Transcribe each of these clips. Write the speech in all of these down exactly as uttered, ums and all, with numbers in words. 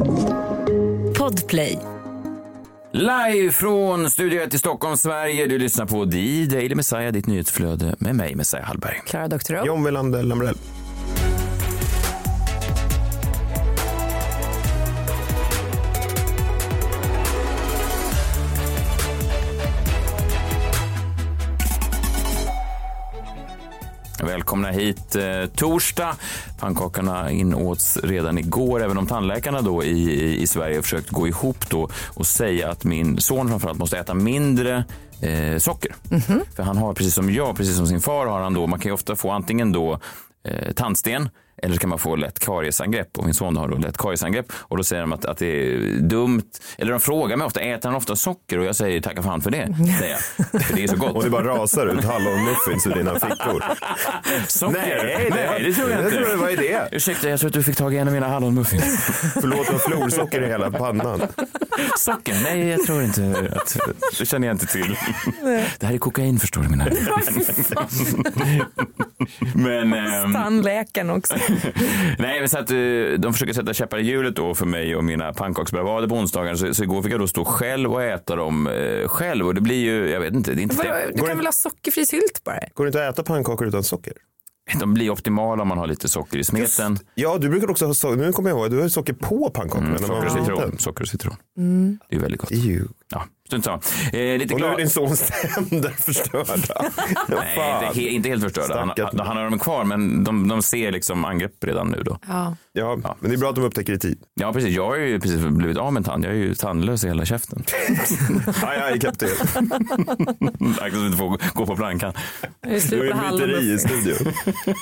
Podplay. Live från Studio ett i Stockholm, Sverige. Du lyssnar på The Daily Messiah, ditt nyhetsflöde med mig, Messiah Hallberg. Klara Doktorov. John Welander Lambrell. Välkomna hit. Eh, torsdag. Pannkakorna inåts redan igår, även om tandläkarna då i, i Sverige försökt gå ihop då och säga att min son framförallt måste äta mindre eh, socker. Mm-hmm. För han har, precis som jag, precis som sin far, har han då, man kan ju ofta få antingen då eh, tandsten, eller så kan man få lätt kariesangrepp, och min son har då lätt kariesangrepp, och då säger de att, att det är dumt, eller de frågar mig ofta, äter han ofta socker? Och jag säger tacka fan för det, säger jag. För det är så gott. Och det bara rasar ut hallonmuffins ur dina fickor. Socker? Nej, nej, nej, det tror jag inte. Jag tror, vad är det? Ursäkta, jag tror att du fick tag i en av mina hallonmuffins. Förlåt, och florsocker i hela pannan. Socker? Nej, jag tror inte att, det känner jag inte till. Det här är kokain, förstår du, mina. Men ähm, tandläkaren också. Nej, men så att de försöker sätta käppar i hjulet då för mig och mina pannkaksbravader på onsdagar, så, så igår fick jag då stå själv och äta dem eh, själv, och det blir ju, jag vet inte, det är inte det. Du kan det... väl ha sockerfri sylt bara? Går det inte att äta pannkakor utan socker? De blir optimala om man har lite socker i smeten. Just. Ja, du brukar också ha socker, nu kommer jag ihåg, du har socker på pannkakorna. Mm, socker, och citron. socker och citron. Mm. Det är väldigt gott. Ew. Ja, strunt samma. Eh, lite och glad... nu är din sons tänder förstörda. Nej, inte, he- inte helt förstörda. Han, han, han har dem kvar, men de, de ser liksom angrepp redan nu då. Ja. Ja, ja, men det är bra att de upptäcker i tid. Ja, precis. Jag har ju precis blivit av med en tand. Jag är ju tandlös i hela käften. Aj, aj, kapten. Tack att du inte får gå på plankan. Du är en myteri i studion.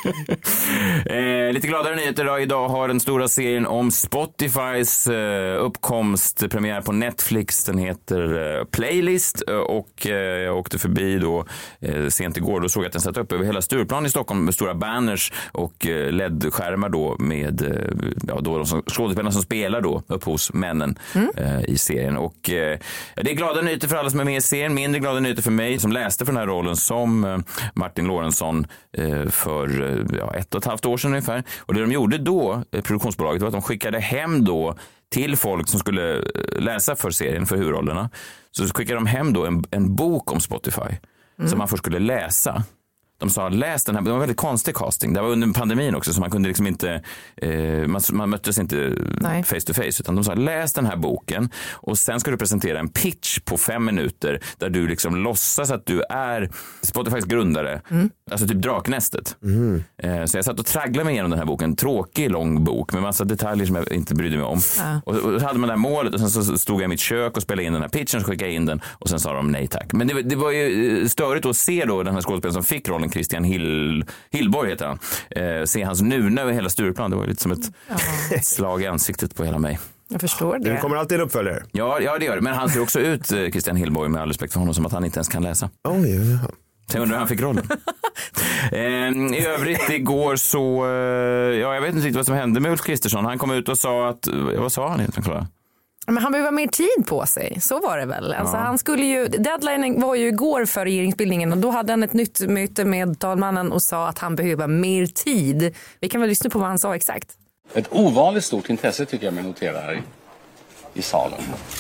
eh, lite gladare nyheter då. Idag har den stora serien om Spotifys eh, uppkomst premiär på Netflix. Den heter eh, Playlist, och eh, jag åkte förbi då eh, sent igår. Då såg jag att den satt upp över hela Stureplan i Stockholm med stora banners och eh, L E D-skärmar då med eh, ja, då de som, skådespelarna som spelar då upphovsmännen mm. eh, i serien. Och eh, det är glada nyheter för alla som är med i serien, mindre glada nyheter för mig som läste för den här rollen som eh, Martin Lorentzon eh, för eh, ja, ett och ett halvt år sedan ungefär. Och det de gjorde då, eh, produktionsbolaget, var att de skickade hem då till folk som skulle läsa för serien, för huvudrollerna, så skickade de hem då en, en bok om Spotify mm. som man först skulle läsa. De sa, läs den här, det var en väldigt konstig casting. Det var under pandemin också, så man kunde liksom inte, eh, man, man möttes inte Nej. face to face, utan de sa, läs den här boken och sen ska du presentera en pitch på fem minuter där du liksom låtsas att du är Spotifys grundare, mm. alltså typ Draknästet. Mm. Eh, så jag satt och tragglade mig igenom den här boken, tråkig lång bok med massa detaljer som jag inte brydde mig om. Ja. Och, och hade man det här målet, och sen så stod jag i mitt kök och spelade in den här pitchen, så skickade jag in den och sen sa de nej tack. Men det, det var ju störigt att se då den här skådespelaren som fick rollen, Christian Hill, Hillborg heter han. Eh, se hans nuna över hela Stureplan. Det var lite som ett ja. slag i ansiktet på hela mig. Jag förstår det. Det kommer alltid en uppföljare. Ja, ja, det gör det. Men han ser också ut, Christian Hillborg, med all respekt för honom, som att han inte ens kan läsa. Oh, ja. Så jag undrar hur han fick rollen. eh, I övrigt igår så, eh, ja, jag vet inte riktigt vad som hände med Ulf Kristersson. Han kom ut och sa att, vad sa han egentligen, Klara? Men han behöver mer tid på sig, så var det väl. Alltså ja. han skulle ju, deadline var ju igår för regeringsbildningen, och då hade han ett nytt möte med talmannen och sa att han behöver mer tid. Vi kan väl lyssna på vad han sa exakt. Ett ovanligt stort intresse tycker jag mig notera här i, i salen.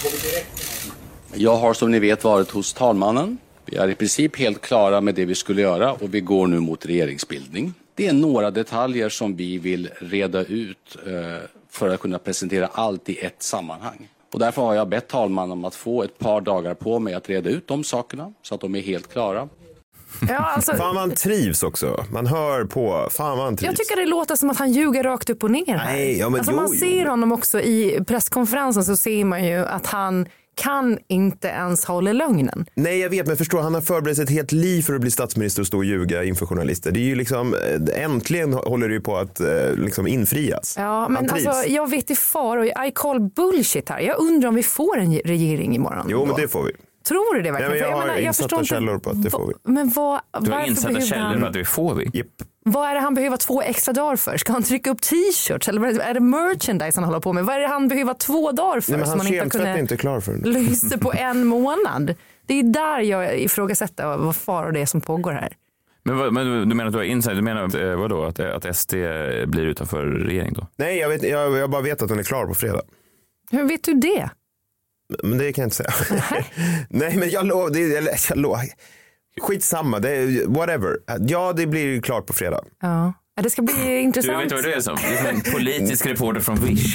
Jag har som ni vet varit hos talmannen. Vi är i princip helt klara med det vi skulle göra, och vi går nu mot regeringsbildning. Det är några detaljer som vi vill reda ut eh, för att kunna presentera allt i ett sammanhang. Och därför har jag bett talmannen om att få ett par dagar på mig att reda ut de sakerna så att de är helt klara. Ja, alltså... Fan, man trivs också. Man hör på, fan man trivs. Jag tycker det låter som att han ljuger rakt upp och ner här. Nej, ja, men alltså, jo, man ser jo. honom också i presskonferensen, så ser man ju att han kan inte ens hålla lögnen. Nej, jag vet, men förstå, han har förberett ett helt liv för att bli statsminister och stå och ljuga inför journalister. Det är ju liksom, äntligen håller det ju på att liksom infrias. Ja, men alltså, jag vet i far och I call bullshit här. Jag undrar om vi får en regering imorgon. Jo, men då. det får vi. Tror du det verkligen? Ja, men jag, jag har menar, insatta jag källor på att det får vi. Men vad, du har insatta källor på att det får vi? Yep. Vad är det han behöver två extra dagar för? Ska han trycka upp t-shirts? Eller är det merchandise han håller på med? Vad är det han behöver två dagar för? Nej, men som han man inte är inte klar för. Lysa på en månad. Det är där jag ifrågasätter vad far och det som pågår här. Men, vad, men du menar att du har inside, du menar vad då? Att, att S D blir utanför regering då? Nej, jag, vet, jag, jag bara vet att den är klar på fredag. Hur vet du det? Men det kan jag inte säga. Nej, men jag lovar. Det, eller, jag lovar. Skitsamma, det är, whatever. Ja, det blir klart på fredag. Ja. Det ska bli intressant. Du vet vad du är som? Du är som en politisk reporter från Wish.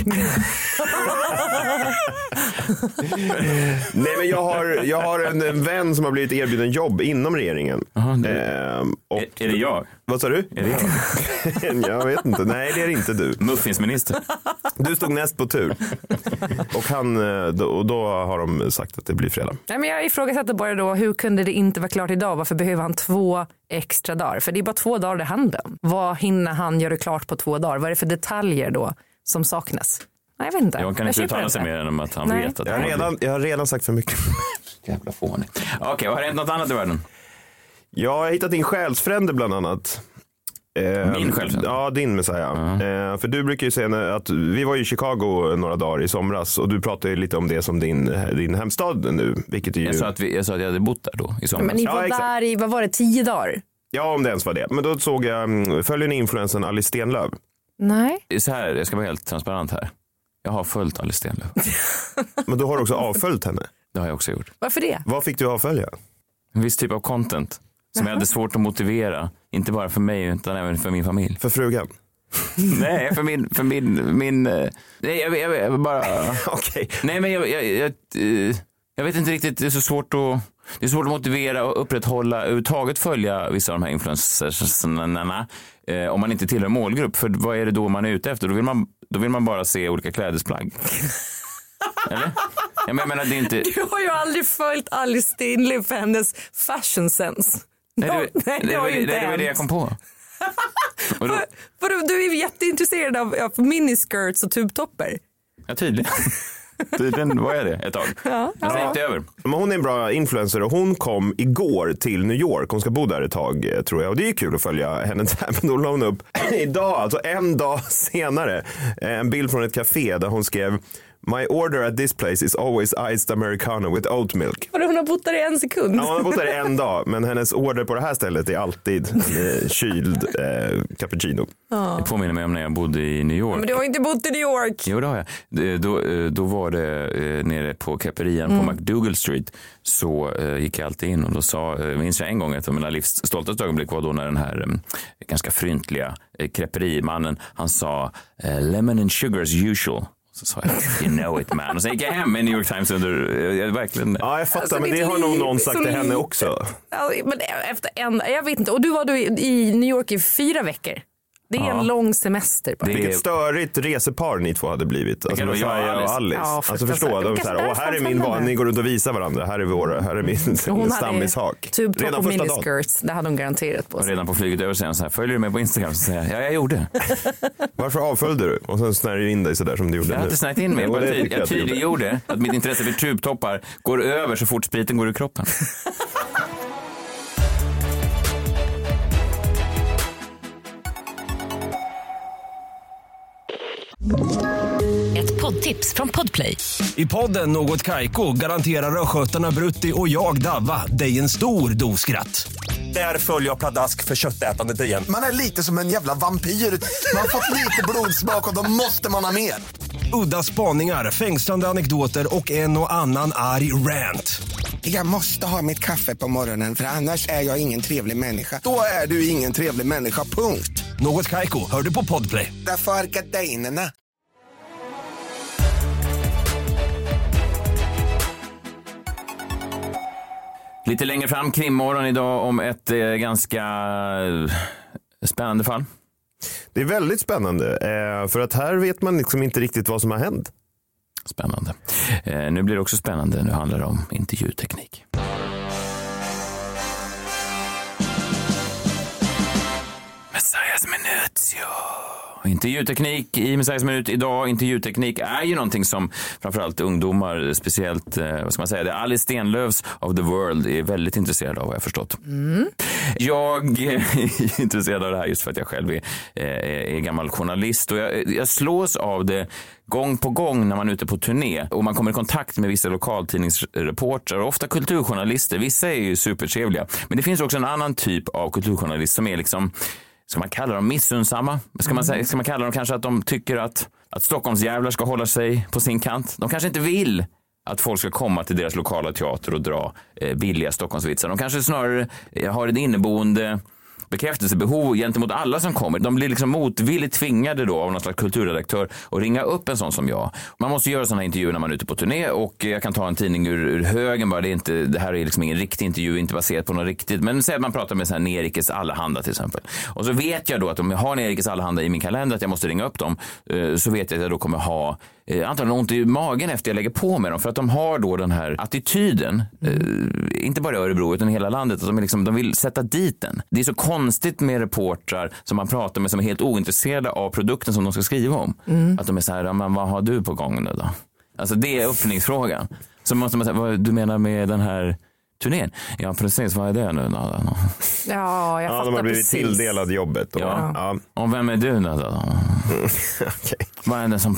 Nej, men jag har, jag har en, en vän som har blivit erbjuden jobb inom regeringen. Aha, det... ehm, och... är, är det jag? Vad sa du? Är det jag? Jag vet inte. Nej, det är inte du. Muffinsminister. Du stod näst på tur. Och, han, då, och då har de sagt att det blir fredag. Nej, men jag ifrågasätter bara då, hur kunde det inte vara klart idag? Varför behöver han två extra dagar? För det är bara två dagar det handlar om. Vad hinner han göra klart på två dagar? Vad är det för detaljer då som saknas? Nej, jag vet inte. Jag kan inte uttala sig mer än om att han Nej. vet att Jag har, redan, jag har redan sagt för mycket. Jävla fånig. Okej, okay, vad har hänt något annat i världen? Jag har hittat din själsfrände bland annat. Eh, Min själsfrände? Ja, din Messiah. Uh-huh. Eh, för du brukar ju säga att vi var i Chicago några dagar i somras och du pratade ju lite om det som din, din hemstad nu. Vilket är ju... jag, sa att vi, jag sa att jag hade bott där då i somras. Men ni var ja, där i, vad var det, tio dagar? Ja, om det ens var det. Men då såg jag, följer ni influensen Alice Stenlöf? Nej. Så här, jag ska vara helt transparent här. Jag har följt Alice Stenlöf. Men du har också avföljt henne. Det har jag också gjort. Varför det? Vad fick du avfölja? En viss typ av content som jag hade svårt att motivera. Inte bara för mig utan även för min familj. För frugan? Nej, för min... För min, min nej, jag, jag, jag bara... Okej. Okay. Nej, men jag, jag, jag, jag vet inte riktigt. Det är så svårt att... Det är svårt att motivera och upprätthålla, överhuvudtaget följa vissa av de här influencersarna eh, om man inte tillhör målgrupp. För vad är det då man är ute efter? Då vill man, då vill man bara se olika klädesplagg. Eller? Jag menar, det är inte... Du har ju aldrig följt Alice Stenlöf för hennes fashion sense. Nej, det, no, nej, det, det, var det, det, det var det jag kom på. Och då... för, för du är jätteintresserad av, av miniskirts och tubtopper. Ja, tydligen. Tydligen var jag det ett tag. Ja, Men sen gick det över. Men hon är en bra influencer och hon kom igår till New York. Hon ska bo där ett tag tror jag. Och det är kul att följa henne där. Men då la hon upp idag, alltså en dag senare, en bild från ett café där hon skrev: My order at this place is always iced americano with oat milk. Och hon har bott där i en sekund. Ja, hon har bott där en dag. Men hennes order på det här stället är alltid en eh, kyld eh, cappuccino. Ja. Det påminner mig om när jag bodde i New York. Men du har inte bott i New York. Jo, det har jag. Då, då var det eh, nere på Caperian mm. på McDougal Street. Så eh, gick jag alltid in och då sa, eh, minns jag en gång, ett av mina livs stoltaste ögonblick var då när den här eh, ganska fryntliga eh, creperimannen, han sa eh, lemon and sugar as usual. Så sa jag, you know it man. Och sen gick jag hem i New York Times under, jag, verkligen. Ja, jag fattar, alltså, men det har nog någon sagt till henne också. Ja, men efter en, jag vet inte, och du var då i, i New York i fyra veckor. Det är ja. en lång semester. Bara. Vilket störigt resepar ni två hade blivit. Alltså med Faja och Alice. Ja, alltså förstå, de så här, åh, här är min van, ni går runt och visar varandra. Här är vår, här är min stammishak. Typ redan första miniskirts, dagen. Det hade hon garanterat på sig. Och redan på flyget över sen så här, följer du med på Instagram? Så säger jag, ja, jag gjorde. Varför avföljde du? Och sen snärde du in dig så där som du gjorde jag nu. Jag har inte snärjt in mig. Jag, jag, jag tydliggjorde att mitt intresse för tubtoppar går över så fort spriten går ur kroppen. Ett poddtips från Podplay. I podden Något Kaiko garanterar röskötarna Brutti och jag Davva dig en stor dos skratt. Där följer jag pladask för köttätandet igen. Man är lite som en jävla vampyr. Man har fått lite blodsmak och då måste man ha mer. Udda spaningar, fängslande anekdoter och en och annan arg rant. Jag måste ha mitt kaffe på morgonen för annars är jag ingen trevlig människa. Då är du ingen trevlig människa, punkt. Något Kaiko, hör du på Podplay. Därför är gardinerna. Lite längre fram, krimmorgon idag om ett eh, ganska spännande fall. Det är väldigt spännande, eh, för att här vet man liksom inte riktigt vad som har hänt. Spännande. Eh, nu blir det också spännande. Nu handlar det om intervjuteknik. Messiahs minut, ja. Intervjuteknik i Messiahs minut idag. Intervjuteknik är ju någonting som framförallt ungdomar, speciellt, vad ska man säga, det är Alice Stenlöfs of the world är väldigt intresserad av, har jag förstått. Mm. Jag är intresserad av det här just för att jag själv är, är, är gammal journalist och jag, jag slås av det gång på gång när man är ute på turné och man kommer i kontakt med vissa lokaltidningsreportrar och ofta kulturjournalister. Vissa är ju supertrevliga, men det finns också en annan typ av kulturjournalist som är liksom ska man kalla dem missunnsamma? Ska man, säga, ska man kalla dem kanske att de tycker att, att Stockholmsjävlar ska hålla sig på sin kant? De kanske inte vill att folk ska komma till deras lokala teater och dra eh, billiga Stockholmsvitsar. De kanske snarare eh, har ett inneboende bekräftelsebehov gentemot alla som kommer. De blir liksom motvilligt tvingade då av någon slags kulturredaktör att ringa upp en sån som jag. Man måste göra sådana intervjuer när man är ute på turné, och jag kan ta en tidning ur, ur högen bara. Det, är inte, det här är liksom ingen riktig intervju, inte baserat på något riktigt. Men säg att man pratar med så här Nerikes Allehanda till exempel. Och så vet jag då att om jag har Nerikes Allehanda i min kalender att jag måste ringa upp dem, så vet jag att jag då kommer ha Eh, antagligen ont i magen efter jag lägger på med dem, för att de har då den här attityden, eh, inte bara i Örebro utan i hela landet, att de, är liksom, de vill sätta dit den. Det är så konstigt med reportrar som man pratar med som är helt ointresserade av produkten som de ska skriva om. Mm. Att de är så här, men vad har du på gång nu då? Alltså det är öppningsfrågan. Så måste man säga, vad du menar med den här turnén? Ja, precis, vad är det nu då? Ja, jag ja, fattar de har blivit precis. tilldelad jobbet. Och, ja. Ja. Och vem är du nu då? Okay. Vad är det som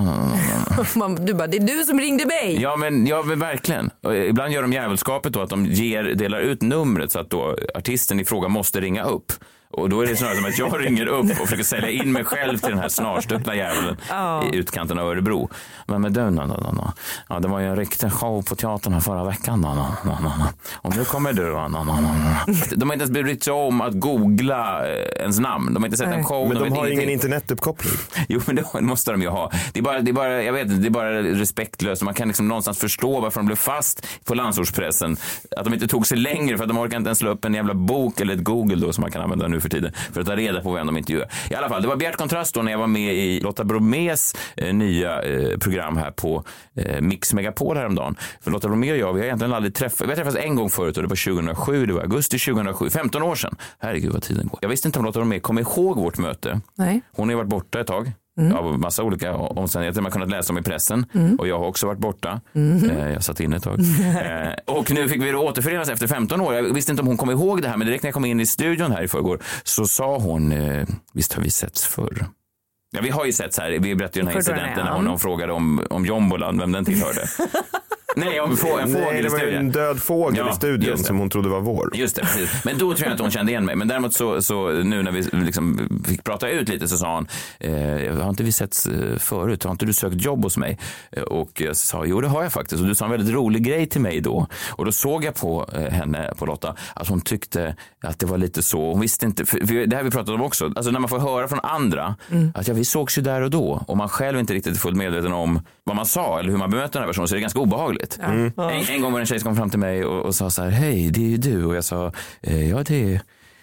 pågår? Du bara, det är du som ringde mig. Ja, men, ja, men verkligen. Och ibland gör de jävelskapet då att de ger, delar ut numret så att då artisten i fråga måste ringa upp. Och då är det snarare som att jag ringer upp och försöker sälja in mig själv till den här snarstuckna jäveln oh. i utkanten av Örebro. Men med den, då, då, då. Ja, det var ju en riktig show på teatern här förra veckan. Då, då, då, då. Och nu kommer du. Då, då, då, då. De har inte ens brytt sig om att googla ens namn. De har inte sett en show. Men de, de har ingenting. Ingen internetuppkoppling. Jo, men det måste de ju ha. Det är bara, det är bara, jag vet inte, det är bara respektlöst. Man kan liksom någonstans förstå varför de blev fast på landsortspressen. Att de inte tog sig längre för att de orkar inte ens slå upp en jävla bok eller ett Google då som man kan använda nu för tiden för att ta reda på vem de intervjuar. I alla fall, det var bjärt kontrast då när jag var med i Lotta Bromés eh, nya eh, program här på eh, Mix Megapol häromdagen. För Lotta Bromé och jag, vi har egentligen aldrig träffat, vi har träffats en gång förut och det var tjugohundrasju, det var augusti tjugohundrasju, femton år sedan. Herregud vad tiden går. Jag visste inte om Lotta Bromé kom ihåg vårt möte. Nej. Hon har ju varit borta ett tag. Mm. Av massa olika omständigheter man kunnat läsa om i pressen. Mm. Och jag har också varit borta. Mm. Eh, jag satt inne ett tag. eh, och nu fick vi återförenas efter femton år. Jag visste inte om hon kom ihåg det här, men direkt när jag kom in i studion här i förrgår så sa hon, eh, visst har vi setts förr? Ja, vi har ju setts här. Vi berättade ju den här incidenten när hon, hon frågade om, om Jombolan, vem den tillhörde. Nej, om en fågel Nej, det var en död fågel ja, i studion som hon trodde var vår. Just det, precis. Men då tror jag att hon kände igen mig. Men däremot så, så nu när vi liksom fick prata ut lite så sa hon, eh, har inte vi setts förut? Har inte du sökt jobb hos mig? Och jag sa, jo det har jag faktiskt. Och du sa en väldigt rolig grej till mig då. Och då såg jag på eh, henne, på Lotta, att hon tyckte att det var lite så. Hon visste inte, för, för det här vi pratade om också. Alltså när man får höra från andra mm. att ja, vi sågs ju där och då. Och man själv inte riktigt är fullt medveten om vad man sa eller hur man bemöter den här personen, så är det ganska obehagligt. Mm. En, en gång var en tjej som kom fram till mig och, och sa så här, hej, det är ju du. Och jag sa, eh, ja det,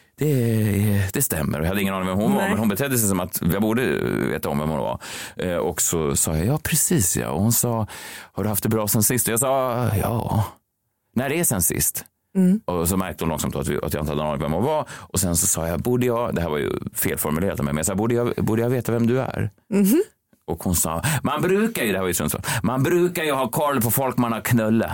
det, det stämmer. Och jag hade ingen aning om vem hon Nej. var, men hon betedde sig som att jag borde veta om vem hon var. Eh, och så sa jag, ja precis ja. Och hon sa, har du haft det bra sen sist? Och jag sa, ja. När är sen sist? Mm. Och så märkte hon långsamt att, vi, att jag inte hade någon aning vem hon var. Och sen så sa jag, borde jag, det här var ju felformulerat av mig, men jag sa, borde jag, borde jag veta vem du är? Mhm. Och hon sa, man brukar ju, det här var ju Sundsvall, man brukar ju ha koll på folk man har knullat.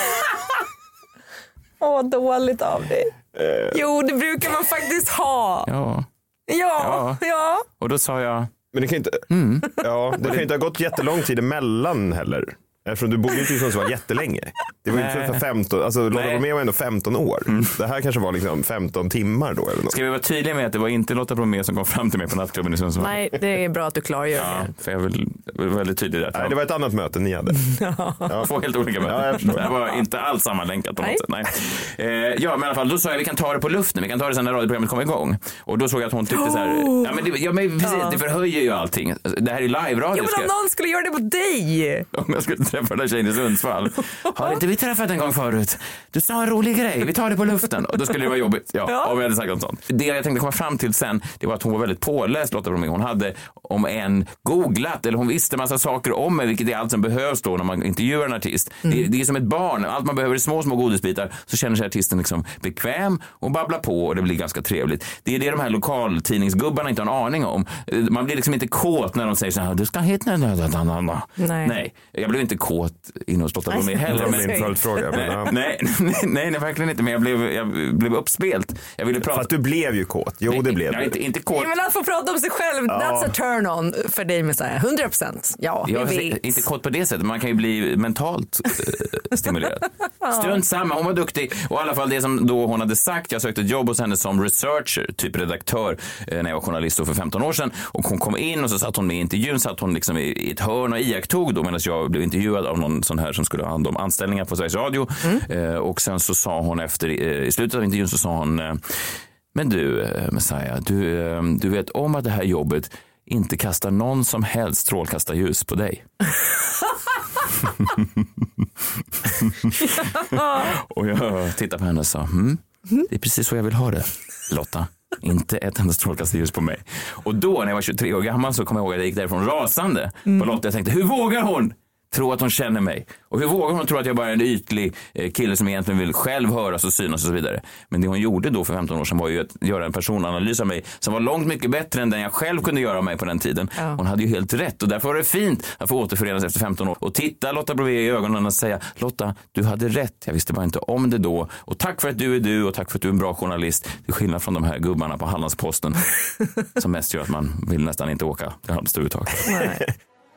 Åh, dåligt av dig. Uh. Jo, det brukar man faktiskt ha. Ja. Ja, ja. ja. Och då sa jag... Men det kan inte, mm. ja, det kan inte ha gått jättelång tid emellan heller. Eftersom du bodde inte i Sundsvall jättelänge. Det var ju för femton, alltså Lotta Bromé var ändå femton år. Mm. Det här kanske var liksom femton timmar då eller något. Ska vi vara tydliga med att det var inte Lotta Bromé som kom fram till mig på nattklubben i Sundsvall? Nej, det är bra att du klargör ja, det. För jag vill väldigt tydlig där. Nej, det var ett annat möte ni hade. Ja. Två helt olika möten. Ja, det var inte alls sammanlänkat på något sätt. Nej. Eh, ja, men i alla fall, då sa jag vi kan ta det på luften. Vi kan ta det sen när radioprogrammet kommer igång. Och då såg jag att hon tyckte så här, ja men, det, ja, men precis, ja. det förhöjer ju allting. Det här är live-radio. Ja, men om någon skulle göra det på dig. Om jag skulle träffa den här tjejen i Sundsvall. Har inte vi träffat en gång förut? Du sa en rolig grej, vi tar det på luften. Och då skulle det vara jobbigt, ja, ja. om jag hade sagt något sånt. Det jag tänkte komma fram till sen, det var att hon var väldigt påläst, Lotta Bromé. Hon hade om en googlat, eller hon visste massa saker om mig, vilket är allt som behövs då när man intervjuar en artist. Mm. Det, det är som ett barn, allt man behöver är små, små godisbitar, så känner sig artisten liksom bekväm och babblar på och det blir ganska trevligt. Det är det de här lokaltidningsgubbarna inte har en aning om. Man blir liksom inte kåt när de säger så här, du ska hit. Nej. Nej, jag blev inte kåt in hos Lotta Bromé heller. Det var min följdfråga. nej, nej, nej, nej, verkligen inte. Men jag blev, jag blev uppspelt. Jag ville prata. För att du blev ju kåt. Jo, nej, det blev jag, du. Inte, inte kåt. Ja, men att få prata om sig själv, ja. That's a turn on för dig med så här hundra procent. sant. Ja, vi Jag vet. inte kort på det sättet, man kan ju bli mentalt eh, stimulerad. Strunt samma, hon var duktig. Och i alla fall det som då hon hade sagt, jag sökte ett jobb hos henne som researcher, typ redaktör, eh, när jag var journalist då för femton år sedan. Och hon kom in och så satt hon med i intervjun, satt hon liksom i, i ett hörn och iakttog då medan jag blev intervjuad av någon sån här som skulle ha hand om anställningar på Sveriges Radio. Mm. Eh, och sen så sa hon efter, eh, i slutet av intervjun så sa hon, eh, men du eh, Messiah, du, eh, du vet om att det här jobbet inte kastar någon som helst strålkastarljus på dig. Och jag tittade på henne och sa, mm, det är precis så jag vill ha det, Lotta. Inte ett enda strålkastarljus på mig. Och då när jag var tjugotre år gammal så kom jag ihåg att jag gick därifrån rasande mm. på Lotta. Jag tänkte, hur vågar hon tro att hon känner mig? Och hur vågar hon tro att jag bara är en ytlig kille som egentligen vill själv höras och synas och så vidare? Men det hon gjorde då för femton år sedan var ju att göra en personanalys av mig som var långt mycket bättre än den jag själv kunde göra av mig på den tiden. Ja. Hon hade ju helt rätt och därför var det fint att få återförenas efter femton år och titta Lotta Bromé i ögonen och säga, Lotta, du hade rätt. Jag visste bara inte om det då. Och tack för att du är du och tack för att du är en bra journalist. Till skillnad från de här gubbarna på Hallandsposten som mest gör att man vill nästan inte åka till Halmstad överhuvudtaget. Nej.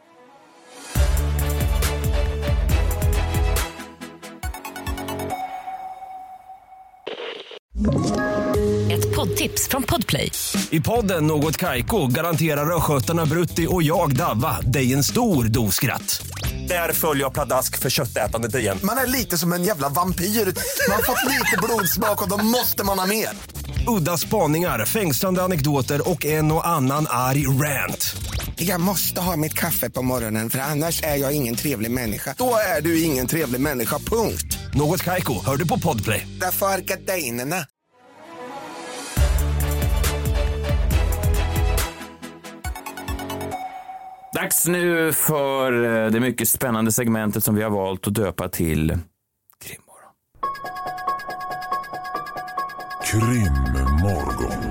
Ett poddtips från Podplay. I podden Något Kaiko garanterar röskötarna Brutti och jag Davva dig en stor dos skratt. Där följer jag pladask för köttätandet igen. Man är lite som en jävla vampyr. Man har fått lite blodsmak och då måste man ha mer. Udda spaningar, fängslande anekdoter och en och annan arg rant. Jag måste ha mitt kaffe på morgonen för annars är jag ingen trevlig människa. Då är du ingen trevlig människa, punkt. Något Kaiko, hör du på Podplay. Därför är gardinerna. Dags nu för det mycket spännande segmentet som vi har valt att döpa till Krimmorgon. Krimmorgon.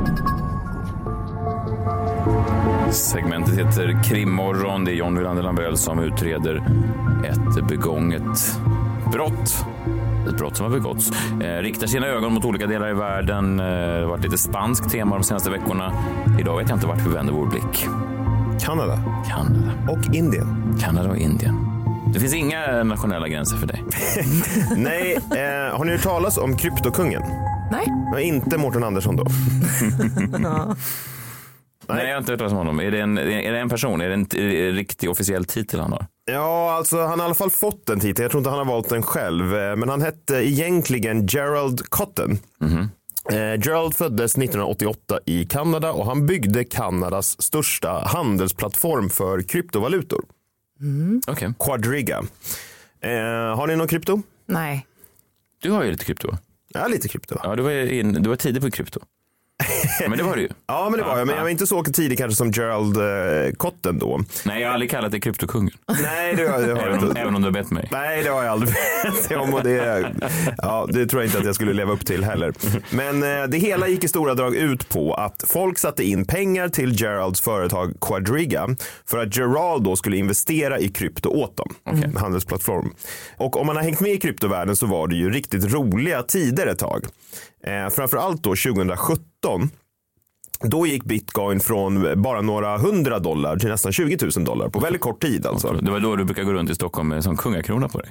Segmentet heter Krimmorgon. Det är John Wilander Lambrell som utreder ett begånget brott. Ett brott som har begåtts. Eh, riktar sina ögon mot olika delar i världen. Eh, det har varit lite spanskt tema de senaste veckorna. Idag vet jag inte vart vi vänder vår blick. Kanada. Kanada. Och Indien. Kanada och Indien. Det finns inga nationella gränser för dig. Nej, eh, har ni hört talas om kryptokungen? Nej. Men inte Mårten Andersson då? Nej. Nej, jag har inte hört talas om honom. Är det en, är det en person? Är det en, är det en riktig officiell titel han har? Ja, alltså han har i alla fall fått en titel. Jag tror inte han har valt den själv. Men han hette egentligen Gerald Cotton. Mm-hmm. Eh, Gerald föddes nittonhundraåttioåtta i Kanada och han byggde Kanadas största handelsplattform för kryptovalutor. Mm. Okay. Quadriga. Eh, har ni någon krypto? Nej. Du har ju lite krypto. Ja, lite krypto. Ja, du var, in, du var tidig på krypto. Men det var det ju. Ja, men det var jag. Men jag var inte så tidig kanske som Gerald eh, Cotton då. Nej, jag har aldrig kallat dig kryptokungen. Nej, det har jag även, om, även om du har bett mig. Nej, det har jag aldrig bett om. Och det, ja, det tror jag inte att jag skulle leva upp till heller. Men eh, det hela gick i stora drag ut på att folk satte in pengar till Geralds företag Quadriga för att Gerald då skulle investera i krypto åt dem. Okay. Handelsplattform. Och om man har hängt med i kryptovärlden så var det ju riktigt roliga tider ett tag. Eh, framförallt då tjugosjutton. Då gick bitcoin från bara några hundra dollar till nästan tjugo tusen dollar på väldigt kort tid alltså. Det var då du brukar gå runt i Stockholm med en kungakrona på dig.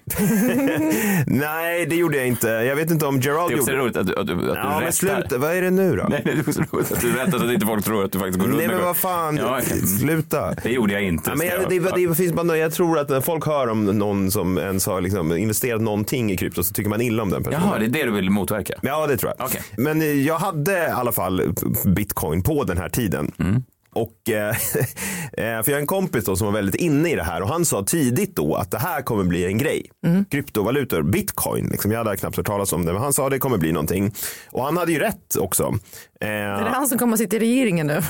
Nej, det gjorde jag inte. Jag vet inte om Gerald gjorde. Det är också roligt att du, att du, att ja, du men sluta. Vad är det nu då? Nej, det är också roligt att du rättar så att inte folk tror att du faktiskt går runt. Nej, men vad fan. Ja, okay. Sluta. Det gjorde jag inte. Ja, men jag, det, det, det finns bara, jag tror att när folk hör om någon som ens har liksom investerat någonting i krypto så tycker man illa om den personen. Jaha, det är det du vill motverka? Ja, det tror jag. Okay. Men jag hade i alla fall bitcoin på den här tiden. Mm. Och eh, för jag har en kompis då som var väldigt inne i det här och han sa tidigt då att det här kommer bli en grej. Mm. Kryptovalutor, bitcoin, liksom, jag hade knappt hört talas om det, men han sa att det kommer bli någonting. Och han hade ju rätt också. Eh, är det han som kommer att sitta i regeringen nu?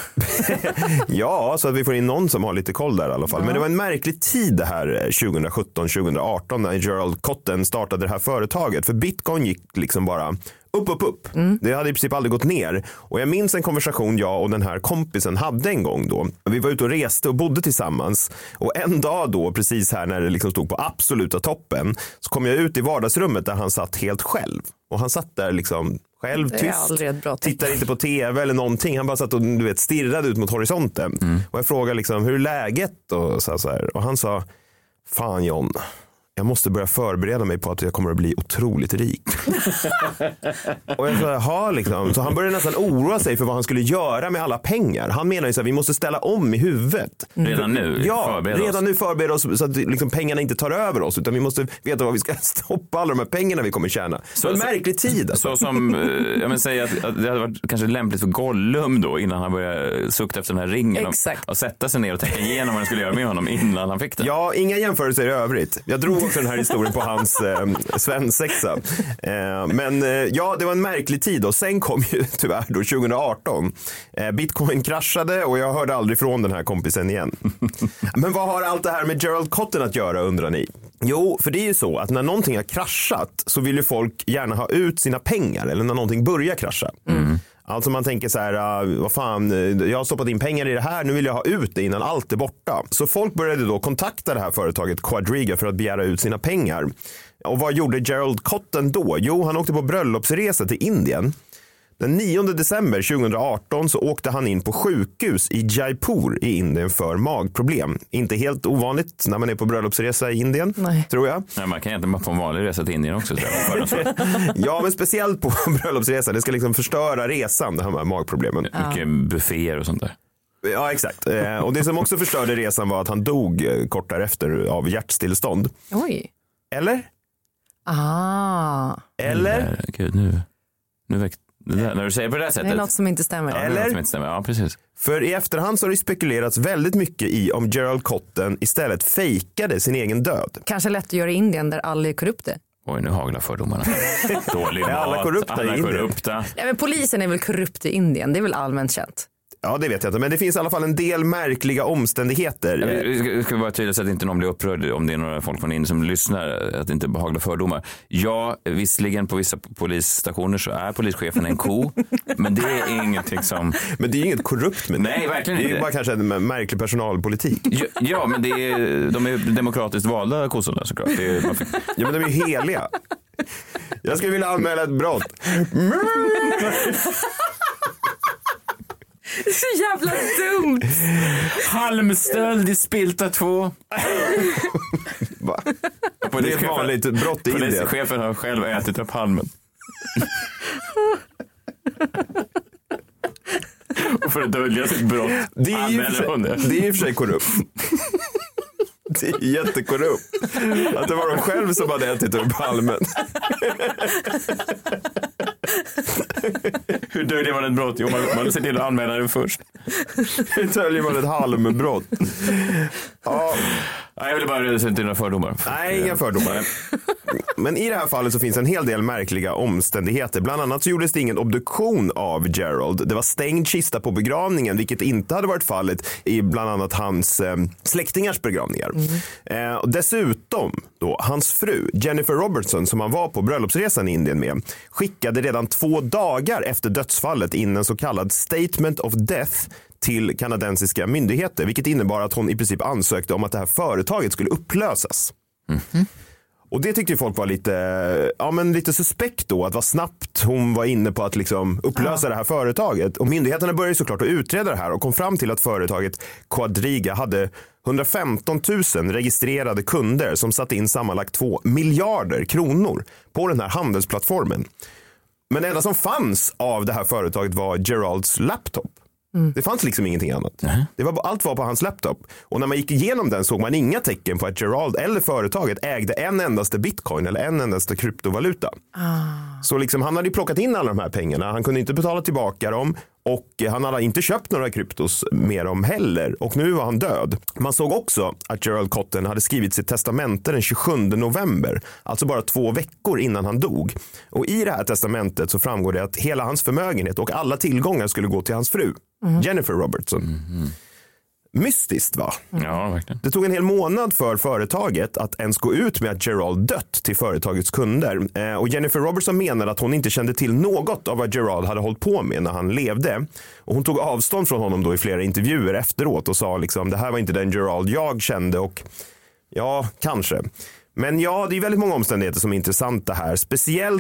Ja, så att vi får in någon som har lite koll där i alla fall. Ja. Men det var en märklig tid det här tjugosjutton tjugoarton när Gerald Cotton startade det här företaget. För bitcoin gick liksom bara upp, upp, upp. Mm. Det hade i princip aldrig gått ner. Och jag minns en konversation jag och den här kompisen hade en gång då. Vi var ute och reste och bodde tillsammans. Och en dag då, precis här när det liksom stod på absoluta toppen, så kom jag ut i vardagsrummet där han satt helt själv. Och han satt där liksom Själv tyst, tittar inte på tv eller någonting. Han bara satt och du vet, stirrade ut mot horisonten. Mm. Och jag frågade liksom, hur är läget? Och, så här. Och han sa, fan John, jag måste börja förbereda mig på att jag kommer att bli otroligt rik. Och jag sa, ha liksom. Så han började nästan oroa sig för vad han skulle göra med alla pengar. Han menar ju så här, vi måste ställa om i huvudet. Redan nu? Ja, redan oss. nu förbereda oss så att liksom, pengarna inte tar över oss. Utan vi måste veta vad vi ska stoppa alla de här pengarna vi kommer tjäna. Så en märklig tid. Alltså. Så som, jag vill säga att, att det hade varit kanske lämpligt för Gollum då innan han började sukta efter den här ringen. Och, och sätta sig ner och tänka igenom vad han skulle göra med honom innan han fick den. Ja, inga jämförelser i övrigt. Jag drog också den här historien på hans eh, svensexa. Eh, men eh, ja, det var en märklig tid och sen kom ju tyvärr då tjugo arton. Eh, Bitcoin kraschade och jag hörde aldrig från den här kompisen igen. Men vad har allt det här med Gerald Cotten att göra, undrar ni? Jo, för det är ju så att när någonting har kraschat så vill ju folk gärna ha ut sina pengar eller när någonting börjar krascha. Mm. Alltså man tänker så här, uh, vad fan, jag har stoppat in pengar i det här, nu vill jag ha ut det innan allt är borta. Så folk började då kontakta det här företaget Quadriga för att begära ut sina pengar. Och vad gjorde Gerald Cotten då? Jo, han åkte på bröllopsresa till Indien. Den nionde december tjugo arton så åkte han in på sjukhus i Jaipur i Indien för magproblem. Inte helt ovanligt när man är på bröllopsresa i Indien, Nej. tror jag. Nej, man kan egentligen bara få en vanlig resa till Indien också. Ja, men speciellt på bröllopsresa. Det ska liksom förstöra resan, det här med magproblemen. Ja. Mycket bufféer och sånt där. Ja, exakt. Och det som också förstörde resan var att han dog kort därefter av hjärtstillestånd. Oj. Eller? Ah. Eller? Gud, nu, nu väckte Det där, när du säger på det sättet. Det är något som inte stämmer. Ja, Eller? Som inte stämmer. Ja, precis. För i efterhand så har det spekulerats väldigt mycket i om Gerald Cotten istället fejkade sin egen död. Kanske lätt att göra i Indien där alla är korrupta. Oj, nu haglar fördomarna. Dålig mat, alla korrupta alla i korrupta. Ja, men polisen är väl korrupt i Indien, det är väl allmänt känt. Ja, det vet jag inte, men det finns i alla fall en del märkliga omständigheter. Det ska vara tydligt så att inte någon blir upprörd om det är några folk från Indien som lyssnar, att det inte behaglar fördomar. Ja, visserligen på vissa polisstationer så är polischefen en ko, men det är ingenting som... Men det är inget korrupt med det. Nej, verkligen inte. Det är bara kanske en märklig personalpolitik. Ja, ja men det är, de är demokratiskt valda kossorna såklart. Det är, man fick... Ja, men de är heliga. Jag skulle vilja anmäla ett brott. Det är så jävla dumt. Halmstöld i Spilta två. Va? Det är ett vanligt brott i Indien. Polischefen har själv ätit upp halmen. Och för att dölja sitt brott det är ju för sig, det är i och för sig korrupt. Det är jättekorrupt. Att det var de själv som hade ätit upp halmen. Hur döljer man ett brott? Jo, man, man ser till att anmäla det först. Hur döljer man ett halmbrott? Ja. Jag ville bara säga till några fördomar. Nej, inga fördomar. Men i det här fallet så finns en hel del märkliga omständigheter. Bland annat så gjordes det ingen obduktion av Gerald. Det var stängd kista på begravningen, vilket inte hade varit fallet i bland annat hans eh, släktingars begravningar. Mm. Eh, dessutom då, hans fru Jennifer Robertson, som han var på bröllopsresan i Indien med, skickade redan två dagar efter dödsfallet in en så kallad statement of death till kanadensiska myndigheter, vilket innebar att hon i princip ansökte om att det här företaget skulle upplösas. Mm-hmm. Och det tyckte folk var lite, ja, men lite suspekt då, att vad snabbt hon var inne på att liksom upplösa ja. det här företaget. Och myndigheterna började såklart att utreda det här och kom fram till att företaget Quadriga hade hundrafemton tusen registrerade kunder som satte in sammanlagt två miljarder kronor på den här handelsplattformen. Men det enda som fanns av det här företaget var Geralds laptop. Mm. Det fanns liksom ingenting annat. Mm. Det var, allt var på hans laptop. Och när man gick igenom den såg man inga tecken på att Gerald eller företaget ägde en endaste bitcoin eller en endaste kryptovaluta. Ah. Så liksom, han hade ju plockat in alla de här pengarna. Han kunde inte betala tillbaka dem. Och han hade inte köpt några kryptos med dem heller. Och nu var han död. Man såg också att Gerald Cotten hade skrivit sitt testamente den tjugosjunde november. Alltså bara två veckor innan han dog. Och i det här testamentet så framgår det att hela hans förmögenhet och alla tillgångar skulle gå till hans fru. Mm. Jennifer Robertson. Mm. Mystiskt, va? Ja, verkligen. Det tog en hel månad för företaget att ens gå ut med att Gerald dött till företagets kunder. Eh, och Jennifer Robertson menar att hon inte kände till något av vad Gerald hade hållit på med när han levde. Och hon tog avstånd från honom då i flera intervjuer efteråt och sa liksom, det här var inte den Gerald jag kände, och ja, kanske. Men ja, det är väldigt många omständigheter som är intressanta här. Speciellt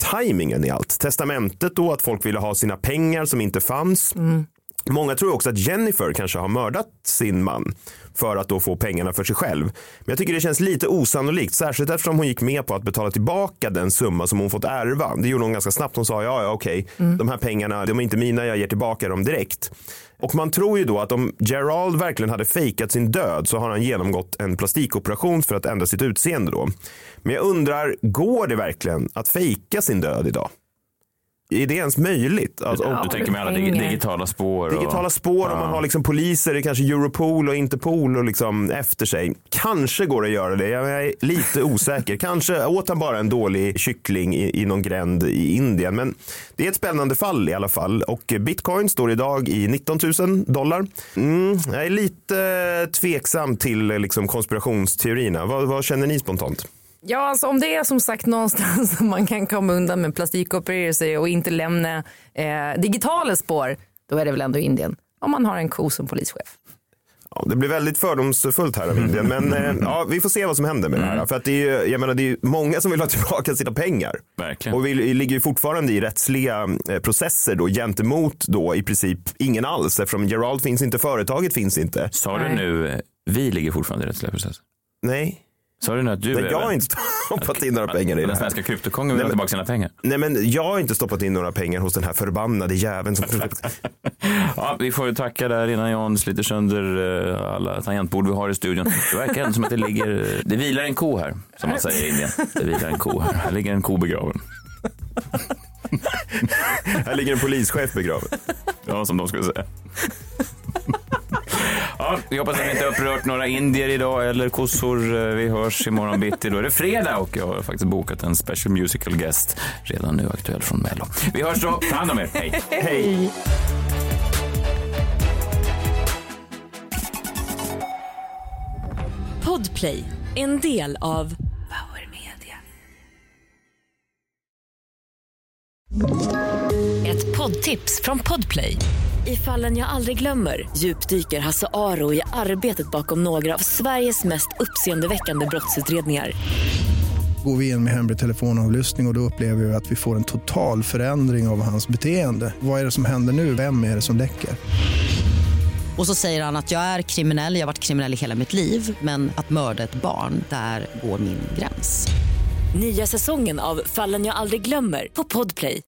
tajmingen i allt. Testamentet då, att folk ville ha sina pengar som inte fanns. Mm. Många tror också att Jennifer kanske har mördat sin man för att då få pengarna för sig själv. Men jag tycker det känns lite osannolikt, särskilt eftersom hon gick med på att betala tillbaka den summa som hon fått ärva. Det gjorde hon ganska snabbt. Hon sa ja, ja okej, mm. de här pengarna, de är inte mina, jag ger tillbaka dem direkt. Och man tror ju då att om Gerald verkligen hade fejkat sin död så har han genomgått en plastikoperation för att ändra sitt utseende då. Men jag undrar, går det verkligen att fejka sin död idag? Är det ens möjligt? Alltså, ja, du tänker med alla dig- digitala spår. Och... Digitala spår, ja. Om man har liksom poliser, kanske Europol och Interpol och liksom efter sig. Kanske går det att göra det, jag är lite osäker. Kanske åt han bara en dålig kyckling i, i någon gränd i Indien. Men det är ett spännande fall i alla fall. Och bitcoin står idag i nitton tusen dollar. Mm, jag är lite tveksam till liksom konspirationsteorierna. Vad, vad känner ni spontant? Ja, alltså om det är som sagt någonstans som man kan komma undan med plastikoperera sig och inte lämna eh, digitala spår, då är det väl ändå Indien. Om man har en ko som polischef. Ja, det blir väldigt fördomsfullt här av Indien, men eh, ja, vi får se vad som händer med mm. det här. För att det är ju, jag menar, det är ju många som vill ha tillbaka sina pengar. Verkligen. Och vi ligger ju fortfarande i rättsliga eh, processer då, gentemot då i princip ingen alls. Eftersom Gerald finns inte, företaget finns inte. Sa du nu, vi ligger fortfarande i rättsliga processer? Nej. Sa du nu att du Nej, är... Jag har inte stoppat in några pengar i det här. Den svenska kryptokongen vill ha tillbaka sina pengar. Nej, men jag har inte stoppat in några pengar hos den här förbannade jäveln. Som... Ja, vi får ju tacka där innan Jan sliter sönder alla tangentbord vi har i studion. Det verkar ändå som att det ligger... Det vilar en ko här, som man säger i Indien. Det vilar en ko här. Här ligger en ko begraven. Här ligger en polischef begraven. Ja, som de skulle säga. Ja, jag hoppas att vi inte upprört några indier idag eller kossor. Vi hörs imorgon bitti. Då är det fredag och jag har faktiskt bokat en special musical guest redan nu aktuell från Mello. Vi hörs då. Ta hand om er. Hej. Hej. Podplay, en del av Power Media. Ett poddtips från Podplay. I Fallen jag aldrig glömmer djupdyker Hasse Aro i arbetet bakom några av Sveriges mest uppseendeväckande brottsutredningar. Går vi in med hemlig telefonavlyssning och, och då upplever vi att vi får en total förändring av hans beteende. Vad är det som händer nu? Vem är det som läcker? Och så säger han att jag är kriminell, jag har varit kriminell i hela mitt liv, men att mörda ett barn, där går min gräns. Nya säsongen av Fallen jag aldrig glömmer på Podplay.